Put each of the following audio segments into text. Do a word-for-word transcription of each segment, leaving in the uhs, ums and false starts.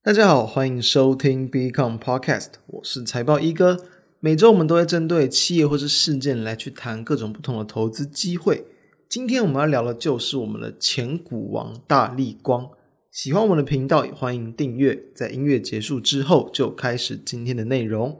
大家好，欢迎收听 Become Podcast， 我是财报一哥。每周我们都会针对企业或是事件来去谈各种不同的投资机会。今天我们要聊的就是我们的前股王大立光。喜欢我们的频道也欢迎订阅，在音乐结束之后就开始今天的内容。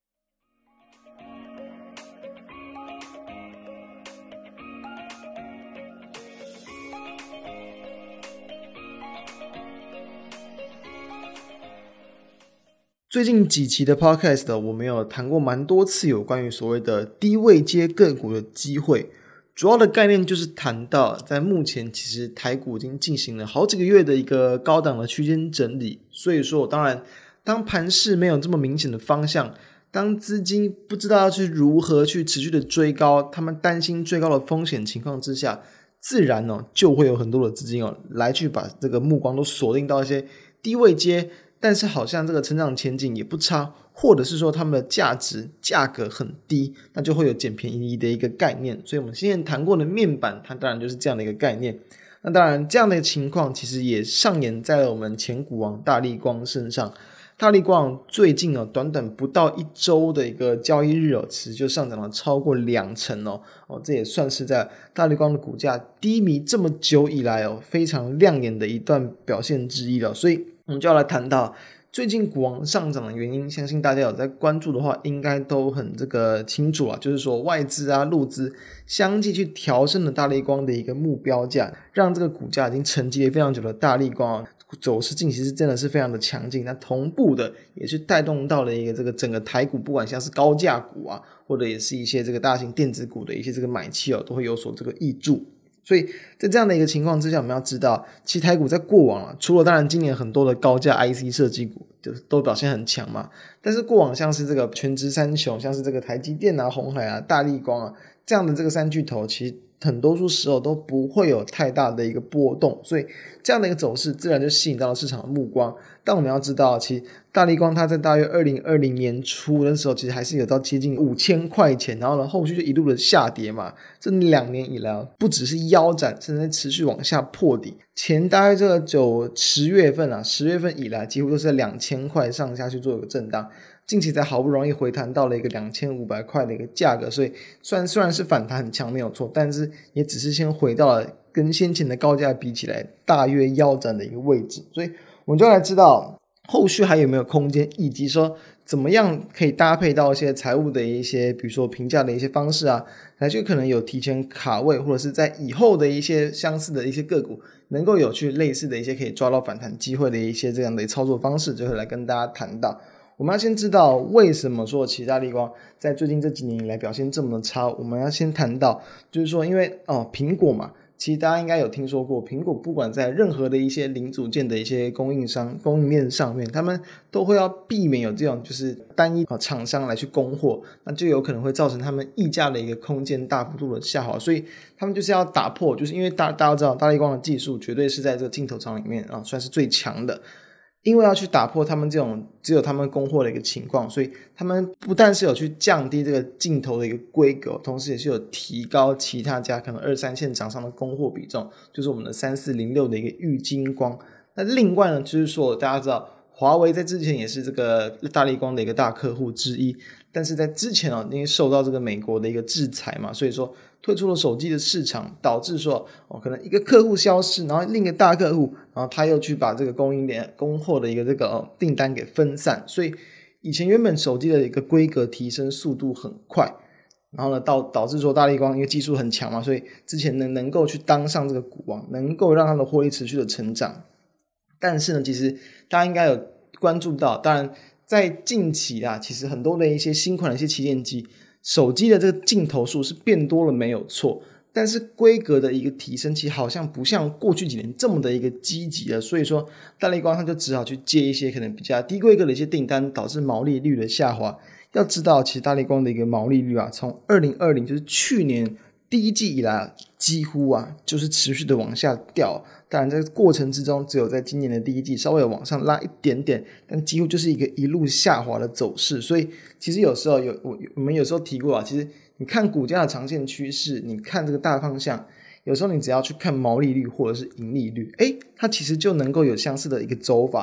最近几期的 podcast 我们有谈过蛮多次有关于所谓的低位阶个股的机会，主要的概念就是谈到在目前其实台股已经进行了好几个月的一个高档的区间整理，所以说当然当盘势没有这么明显的方向，当资金不知道要去如何去持续的追高，他们担心追高的风险情况之下，自然哦就会有很多的资金哦来去把这个目光都锁定到一些低位阶，但是好像这个成长前景也不差，或者是说他们的价值价格很低，那就会有捡便宜的一个概念。所以我们之前谈过的面板，它当然就是这样的一个概念。那当然这样的情况其实也上演在了我们前股王大立光身上。大立光最近哦，短短不到一周的一个交易日哦，其实就上涨了超过两成哦，哦，这也算是在大立光的股价低迷这么久以来哦，非常亮眼的一段表现之一了。所以我们就要来谈到最近股王上涨的原因，相信大家有在关注的话，应该都很这个清楚啊，就是说外资啊、陆资相继去调升了大立光的一个目标价，让这个股价已经沉寂了非常久的大立光啊，走势近期是真的是非常的强劲，那同步的也是带动到了一个这个整个台股，不管像是高价股啊，或者也是一些这个大型电子股的一些这个买气哦，都会有所这个挹注。所以在这样的一个情况之下，我们要知道其实台股在过往啊，除了当然今年很多的高价 I C 设计股都表现很强嘛，但是过往像是这个全职三雄，像是这个台积电啊、鸿海啊、大立光啊这样的这个三巨头，其实很多数时候都不会有太大的一个波动，所以这样的一个走势自然就吸引到了市场的目光。但我们要知道，其实大立光它在大约二零二零年初的时候，其实还是有到接近五千块钱，然后呢后续就一路的下跌嘛，这两年以来不只是腰斩，甚至持续往下破底。前大概这个九十月份啊，十月份以来几乎都是在两千块上下去做一个震荡，近期才好不容易回弹到了一个两千五百块的一个价格，所以虽然虽然是反弹很强没有错，但是也只是先回到了跟先前的高价比起来大约腰斩的一个位置，所以我们就来知道后续还有没有空间，以及说怎么样可以搭配到一些财务的一些比如说评价的一些方式啊，来就可能有提前卡位，或者是在以后的一些相似的一些个股能够有去类似的一些可以抓到反弹机会的一些这样的操作方式，就会来跟大家谈到。我们要先知道为什么说其实大立光在最近这几年以来表现这么差，我们要先谈到就是说因为哦苹果嘛，其实大家应该有听说过，苹果不管在任何的一些零组件的一些供应商供应链上面，他们都会要避免有这种就是单一厂商来去供货，那就有可能会造成他们溢价的一个空间大幅度的下滑，所以他们就是要打破，就是因为大大家知道大立光的技术绝对是在这个镜头厂里面啊算是最强的，因为要去打破他们这种只有他们供货的一个情况，所以他们不但是有去降低这个镜头的一个规格，同时也是有提高其他家可能二三线厂商的供货比重，就是我们的三四零六的一个玉晶光。那另外呢，就是说大家知道华为在之前也是这个大立光的一个大客户之一，但是在之前哦，因为受到这个美国的一个制裁嘛，所以说退出了手机的市场，导致说哦，可能一个客户消失，然后另一个大客户，然后他又去把这个供应链供货的一个这个、哦、订单给分散，所以以前原本手机的一个规格提升速度很快，然后呢导导致说大立光因为技术很强嘛，所以之前呢能够去当上这个股王，能够让它的获利持续的成长。但是呢其实大家应该有关注到，当然在近期啊，其实很多的一些新款的一些旗舰机手机的这个镜头数是变多了没有错，但是规格的一个提升其实好像不像过去几年这么的一个积极了，所以说大立光它就只好去接一些可能比较低规格的一些订单，导致毛利率的下滑。要知道其实大立光的一个毛利率啊，从二零二零就是去年第一季以来、啊、几乎啊就是持续的往下掉，当然在过程之中只有在今年的第一季稍微往上拉一点点，但几乎就是一个一路下滑的走势。所以其实有时候有我我们有时候提过啊，其实你看股价的长线趋势，你看这个大方向，有时候你只要去看毛利率或者是盈利率，诶它其实就能够有相似的一个走法。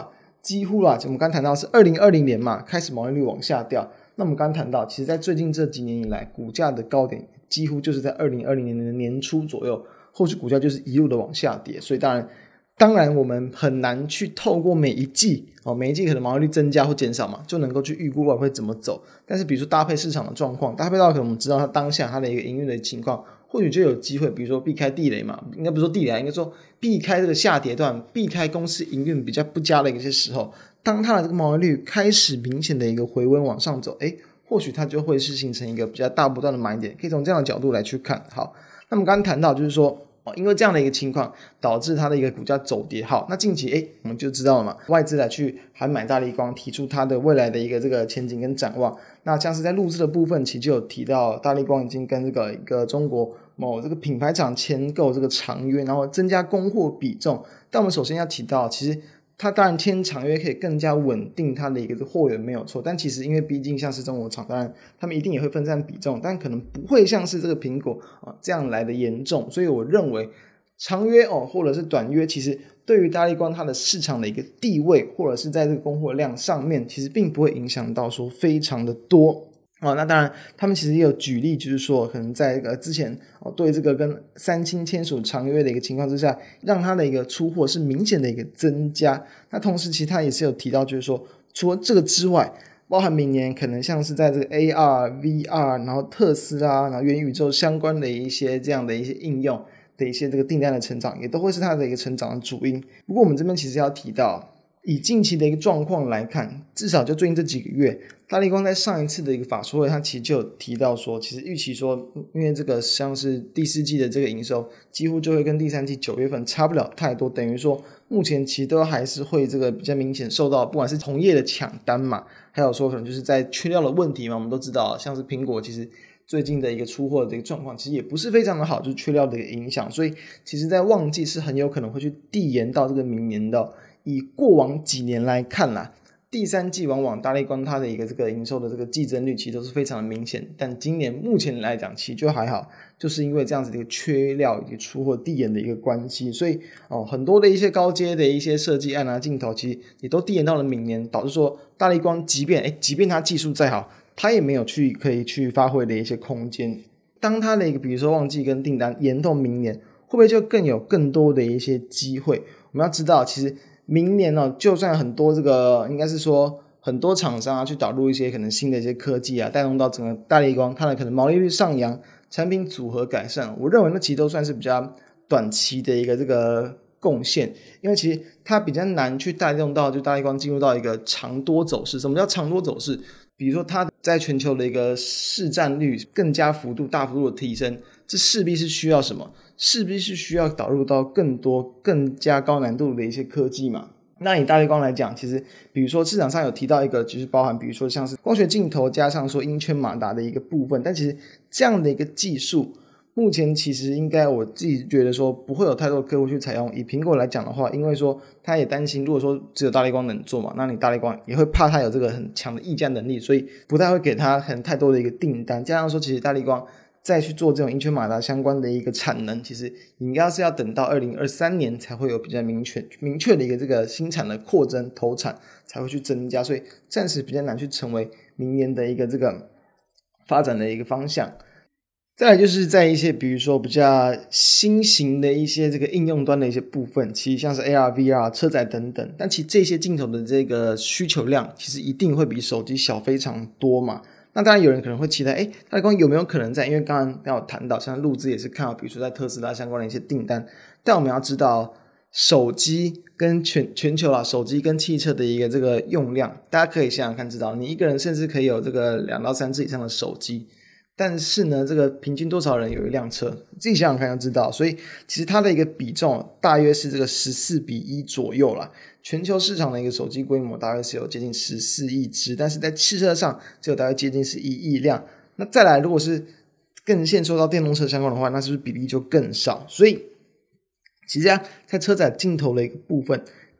几乎啦，我们刚谈到是二零二零年嘛，开始毛利率往下掉。那我们刚谈到，其实在最近这几年以来，股价的高点几乎就是在二零二零年的年初左右，后续股价就是一路的往下跌。所以当然，当然我们很难去透过每一季哦，每一季可能毛利率增加或减少嘛，就能够去预估未来会怎么走。但是比如说搭配市场的状况，搭配到可能我们知道它当下它的一个营运的情况，或许就有机会，比如说避开地雷嘛，应该不是说地雷，应该说避开这个下跌段，避开公司营运比较不佳的一些时候，当它的这个毛利率开始明显的一个回温往上走，诶，或许它就会是形成一个比较大波段的买点，可以从这样的角度来去看。好，那么刚刚谈到就是说，因为这样的一个情况导致它的一个股价走跌。好，那近期诶我们就知道了嘛，外资来去还买大立光，提出它的未来的一个这个前景跟展望。那像是在录制的部分，其实就有提到大立光已经跟这个一个中国某这个品牌厂签购这个长约，然后增加供货比重。但我们首先要提到，其实它当然签长约可以更加稳定它的一个货源没有错，但其实因为毕竟像是中国厂，当然他们一定也会分散比重，但可能不会像是这个苹果、啊、这样来的严重。所以我认为长约哦或者是短约，其实对于大立光它的市场的一个地位，或者是在这个供货量上面，其实并不会影响到说非常的多。哦，那当然他们其实也有举例，就是说可能在呃之前哦对这个跟三星签署长约的一个情况之下，让它的一个出货是明显的一个增加。那同时其实他也是有提到，就是说除了这个之外，包含明年可能像是在这个 A R、V R， 然后特斯拉，然后元宇宙相关的一些这样的一些应用的一些这个订单的成长，也都会是它的一个成长的主因。不过我们这边其实要提到，以近期的一个状况来看，至少就最近这几个月，大立光在上一次的一个法说会，他其实就有提到说，其实预期说，因为这个像是第四季的这个营收几乎就会跟第三季九月份差不了太多，等于说目前其实都还是会这个比较明显受到不管是同业的抢单嘛，还有说可能就是在缺料的问题嘛，我们都知道像是苹果其实最近的一个出货的一个状况其实也不是非常的好，就是缺料的一个影响，所以其实在旺季是很有可能会去递延到这个明年的。以过往几年来看啦，第三季往往大立光它的一个这个营收的这个季增率其实都是非常的明显，但今年目前来讲其实就还好，就是因为这样子的一个缺料以及出货递延的一个关系，所以哦很多的一些高阶的一些设计案啊镜头其实也都递延到了明年，导致说大立光即便诶即便它技术再好，它也没有去可以去发挥的一些空间。当它的一个比如说旺季跟订单延到明年，会不会就更有更多的一些机会？我们要知道其实明年呢、哦，就算很多这个应该是说很多厂商啊去导入一些可能新的一些科技啊，带动到整个大立光它的可能毛利率上扬，产品组合改善，我认为那其实都算是比较短期的一个这个贡献，因为其实它比较难去带动到就大立光进入到一个长多走势。什么叫长多走势？比如说它在全球的一个市占率更加幅度大幅度的提升，这势必是需要什么？势必是需要导入到更多更加高难度的一些科技嘛。那以大立光来讲，其实比如说市场上有提到一个就是包含比如说像是光学镜头加上说音圈马达的一个部分，但其实这样的一个技术目前其实应该我自己觉得说不会有太多客户去采用。以苹果来讲的话，因为说他也担心如果说只有大立光能做嘛，那你大立光也会怕他有这个很强的议价能力，所以不太会给他很太多的一个订单。加上说其实大立光再去做这种音圈马达相关的一个产能，其实应该是要等到二零二三年才会有比较明确明确的一个这个新产的扩增投产才会去增加，所以暂时比较难去成为明年的一个这个发展的一个方向。再来就是在一些比如说比较新型的一些这个应用端的一些部分，其实像是 A R、V R、车载等等，但其实这些镜头的这个需求量其实一定会比手机小非常多嘛。那当然有人可能会期待，诶大立光有没有可能在，因为刚刚刚有谈到像录制也是看到比如说在特斯拉相关的一些订单，但我们要知道手机跟全全球啦，手机跟汽车的一个这个用量，大家可以想想看知道，你一个人甚至可以有这个两到三只以上的手机，但是呢这个平均多少人有一辆车，自己想想看就知道，所以其实它的一个比重大约是这个十四比一左右啦。全球市场的一个手机规模大约是有接近十四亿只，但是在汽车上只有大概接近是一亿辆。那再来如果是更限缩到电动车相关的话，那是不是比例就更少？所以其实啊在车载镜头的一个部分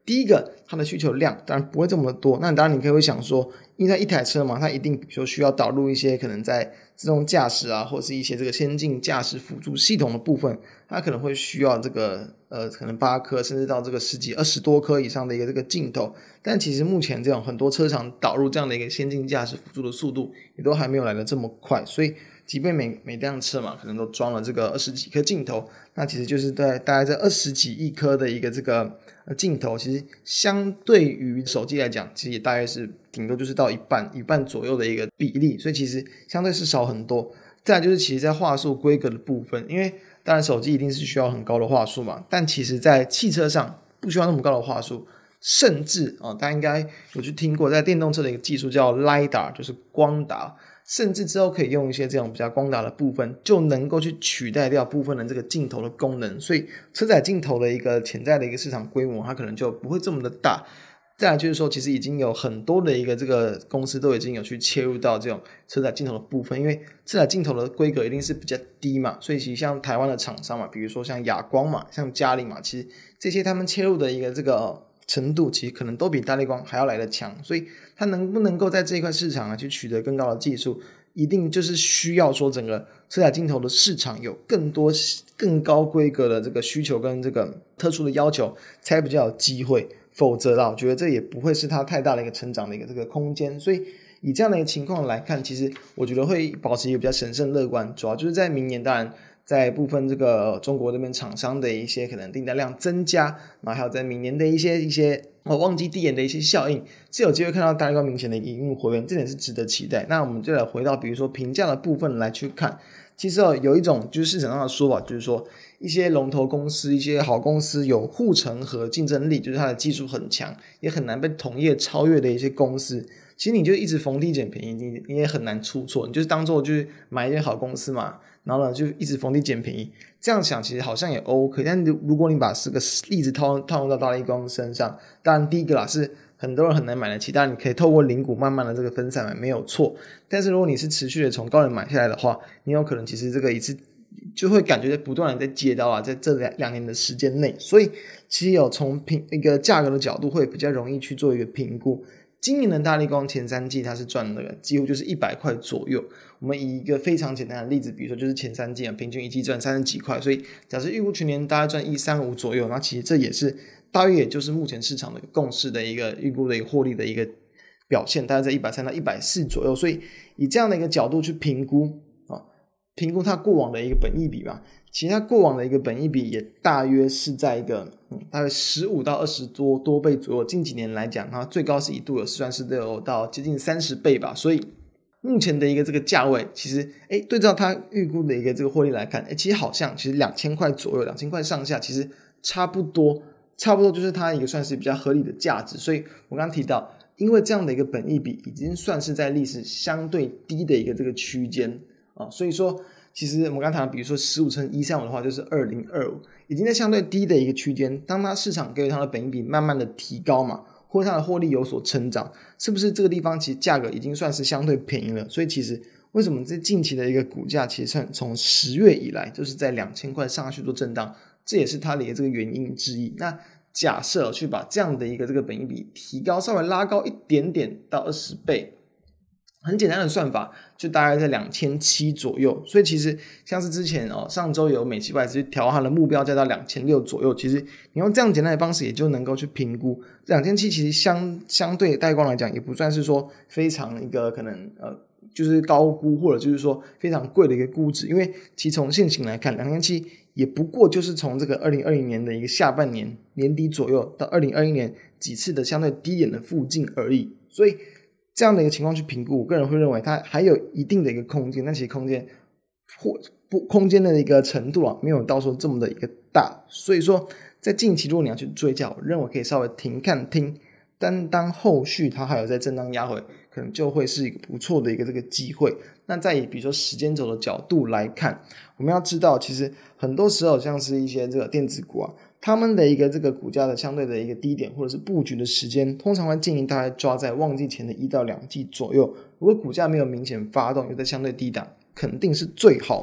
第一个，它的需求量当然不会这么多，那当然你可以会想说，因为它一台车嘛，它一定比如说需要导入一些可能在自动驾驶啊，或是一些这个先进驾驶辅助系统的部分，它可能会需要这个呃可能八颗甚至到这个十几二十多颗以上的一个这个镜头，但其实目前这种很多车厂导入这样的一个先进驾驶辅助的速度也都还没有来得这么快，所以即便每每辆车嘛可能都装了这个二十几颗镜头，那其实就是在大概在二十几亿颗的一个这个镜头，其实相对于手机来讲，其实也大概是顶多就是到一半一半左右的一个比例，所以其实相对是少很多。再来就是其实在画素规格的部分，因为当然手机一定是需要很高的画素嘛，但其实在汽车上不需要那么高的画素，甚至、哦、大家应该有去听过在电动车的一个技术叫 LiDAR， 就是光达，甚至之后可以用一些这种比较光达的部分就能够去取代掉部分的这个镜头的功能，所以车载镜头的一个潜在的一个市场规模它可能就不会这么的大。再来就是说其实已经有很多的一个这个公司都已经有去切入到这种车载镜头的部分，因为车载镜头的规格一定是比较低嘛，所以其实像台湾的厂商嘛，比如说像亚光嘛，像嘉陵嘛，其实这些他们切入的一个这个程度其实可能都比大立光还要来得强，所以它能不能够在这一块市场、啊、去取得更高的技术，一定就是需要说整个车载镜头的市场有更多更高规格的这个需求跟这个特殊的要求才比较有机会，否则啦我觉得这也不会是它太大的一个成长的一个这个空间，所以以这样的一个情况来看，其实我觉得会保持一个比较审慎乐观，主要就是在明年当然在部分这个中国这边厂商的一些可能订单量增加，然后还有在明年的一些一些哦旺季递延的一些效应，是有机会看到大立光明显的营运回温，这点是值得期待。那我们就来回到比如说评价的部分来去看，其实、哦、有一种就是市场上的说法，就是说一些龙头公司一些好公司有护城河竞争力，就是它的技术很强也很难被同业超越的一些公司，其实你就一直逢低捡便宜，你你也很难出错，你就是当做就是买一间好公司嘛，然后呢就一直逢低捡便宜，这样想其实好像也 OK， 但如果你把这个例子套套用到大立光身上，当然第一个啦是很多人很难买得起，当然你可以透过零股慢慢的这个分散买没有错，但是如果你是持续的从高点买下来的话，你有可能其实这个一次就会感觉不断的在接刀啊，在这两两年的时间内，所以其实有从评一个价格的角度会比较容易去做一个评估。今年的大立光前三季它是赚了几乎就是一百块左右，我们以一个非常简单的例子，比如说就是前三季、啊、平均一季赚三十几块，所以假设预估全年大概赚一百三十五左右，那其实这也是大约也就是目前市场的共识的一个预估的一个获利的一个表现，大概在一百三到一百四左右，所以以这样的一个角度去评估啊，评估它过往的一个本益比吧，其实它过往的一个本益比也大约是在一个、嗯、大概十五到二十多多倍左右，近几年来讲它最高是一度有算是有到接近三十倍吧，所以目前的一个这个价位其实诶对照它预估的一个这个获利来看，诶其实好像其实两千块左右两千块上下其实差不多差不多就是它一个算是比较合理的价值，所以我刚刚提到因为这样的一个本益比已经算是在历史相对低的一个这个区间啊，所以说其实我们刚才谈比如说十五乘一三五的话就是二零二五，已经在相对低的一个区间，当它市场给予它的本益比慢慢的提高嘛，或者它的获利有所成长，是不是这个地方其实价格已经算是相对便宜了，所以其实为什么在近期的一个股价其实从十月以来就是在两千块上去做震荡，这也是它的一个这个原因之一。那假设去把这样的一个这个本益比提高稍微拉高一点点到二十倍，很简单的算法就大概在两千七百左右，所以其实像是之前哦，上周有美企外资调它的目标价到两千六百左右，其实你用这样简单的方式也就能够去评估两千七百其实相相对大立光来讲也不算是说非常一个可能呃就是高估或者就是说非常贵的一个估值，因为其实从现行来看两千七百也不过就是从这个二零二零年的一个下半年年底左右到二零二一年几次的相对低点的附近而已，所以这样的一个情况去评估，我个人会认为它还有一定的一个空间，但其实空间或不空间的一个程度啊，没有到说这么的一个大，所以说在近期如果你要去追价，我认为可以稍微停看听，但当后续它还有在震荡压回，可能就会是一个不错的一个这个机会。那再以比如说时间轴的角度来看，我们要知道其实很多时候像是一些这个电子股啊，他们的一个这个股价的相对的一个低点或者是布局的时间，通常会建议大概抓在旺季前的一到两季左右，如果股价没有明显发动又在相对低档肯定是最好嘛，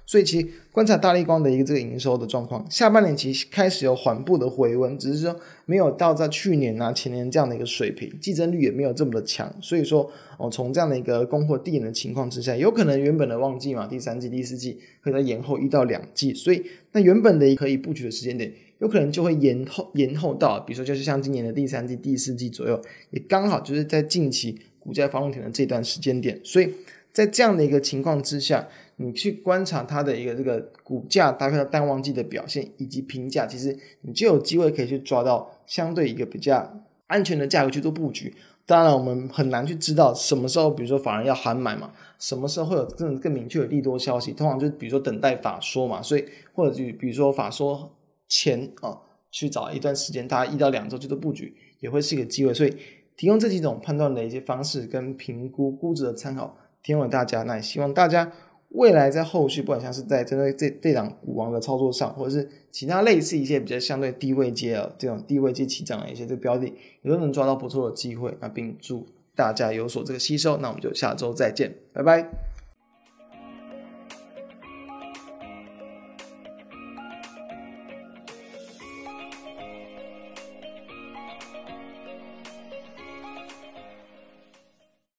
所以其实观察大立光的一个这个营收的状况，下半年其实开始有缓步的回温，只是说没有到在去年啊前年这样的一个水平，季增率也没有这么的强，所以说哦从这样的一个供货递延的情况之下，有可能原本的旺季嘛，第三季第四季可以再延后一到两季，所以那原本的可以布局的时间点有可能就会延后延后到比如说就是像今年的第三季第四季左右，也刚好就是在近期股价发动前的这段时间点，所以在这样的一个情况之下，你去观察它的一个这个股价搭配到淡旺季的表现以及评价，其实你就有机会可以去抓到相对一个比较安全的价格去做布局。当然我们很难去知道什么时候比如说法人要喊买嘛，什么时候会有更更明确的利多消息，通常就比如说等待法说嘛，所以或者就比如说法说前、哦、去找一段时间大概一到两周去做布局也会是一个机会，所以提供这几种判断的一些方式跟评估估值的参考提供给大家，那也希望大家未来在后续不管像是在针对这这档股王的操作上，或者是其他类似一些比较相对低位阶的这种低位阶起涨的一些这个标的，也都能抓到不错的机会，那并祝大家有所这个吸收，那我们就下周再见，拜拜。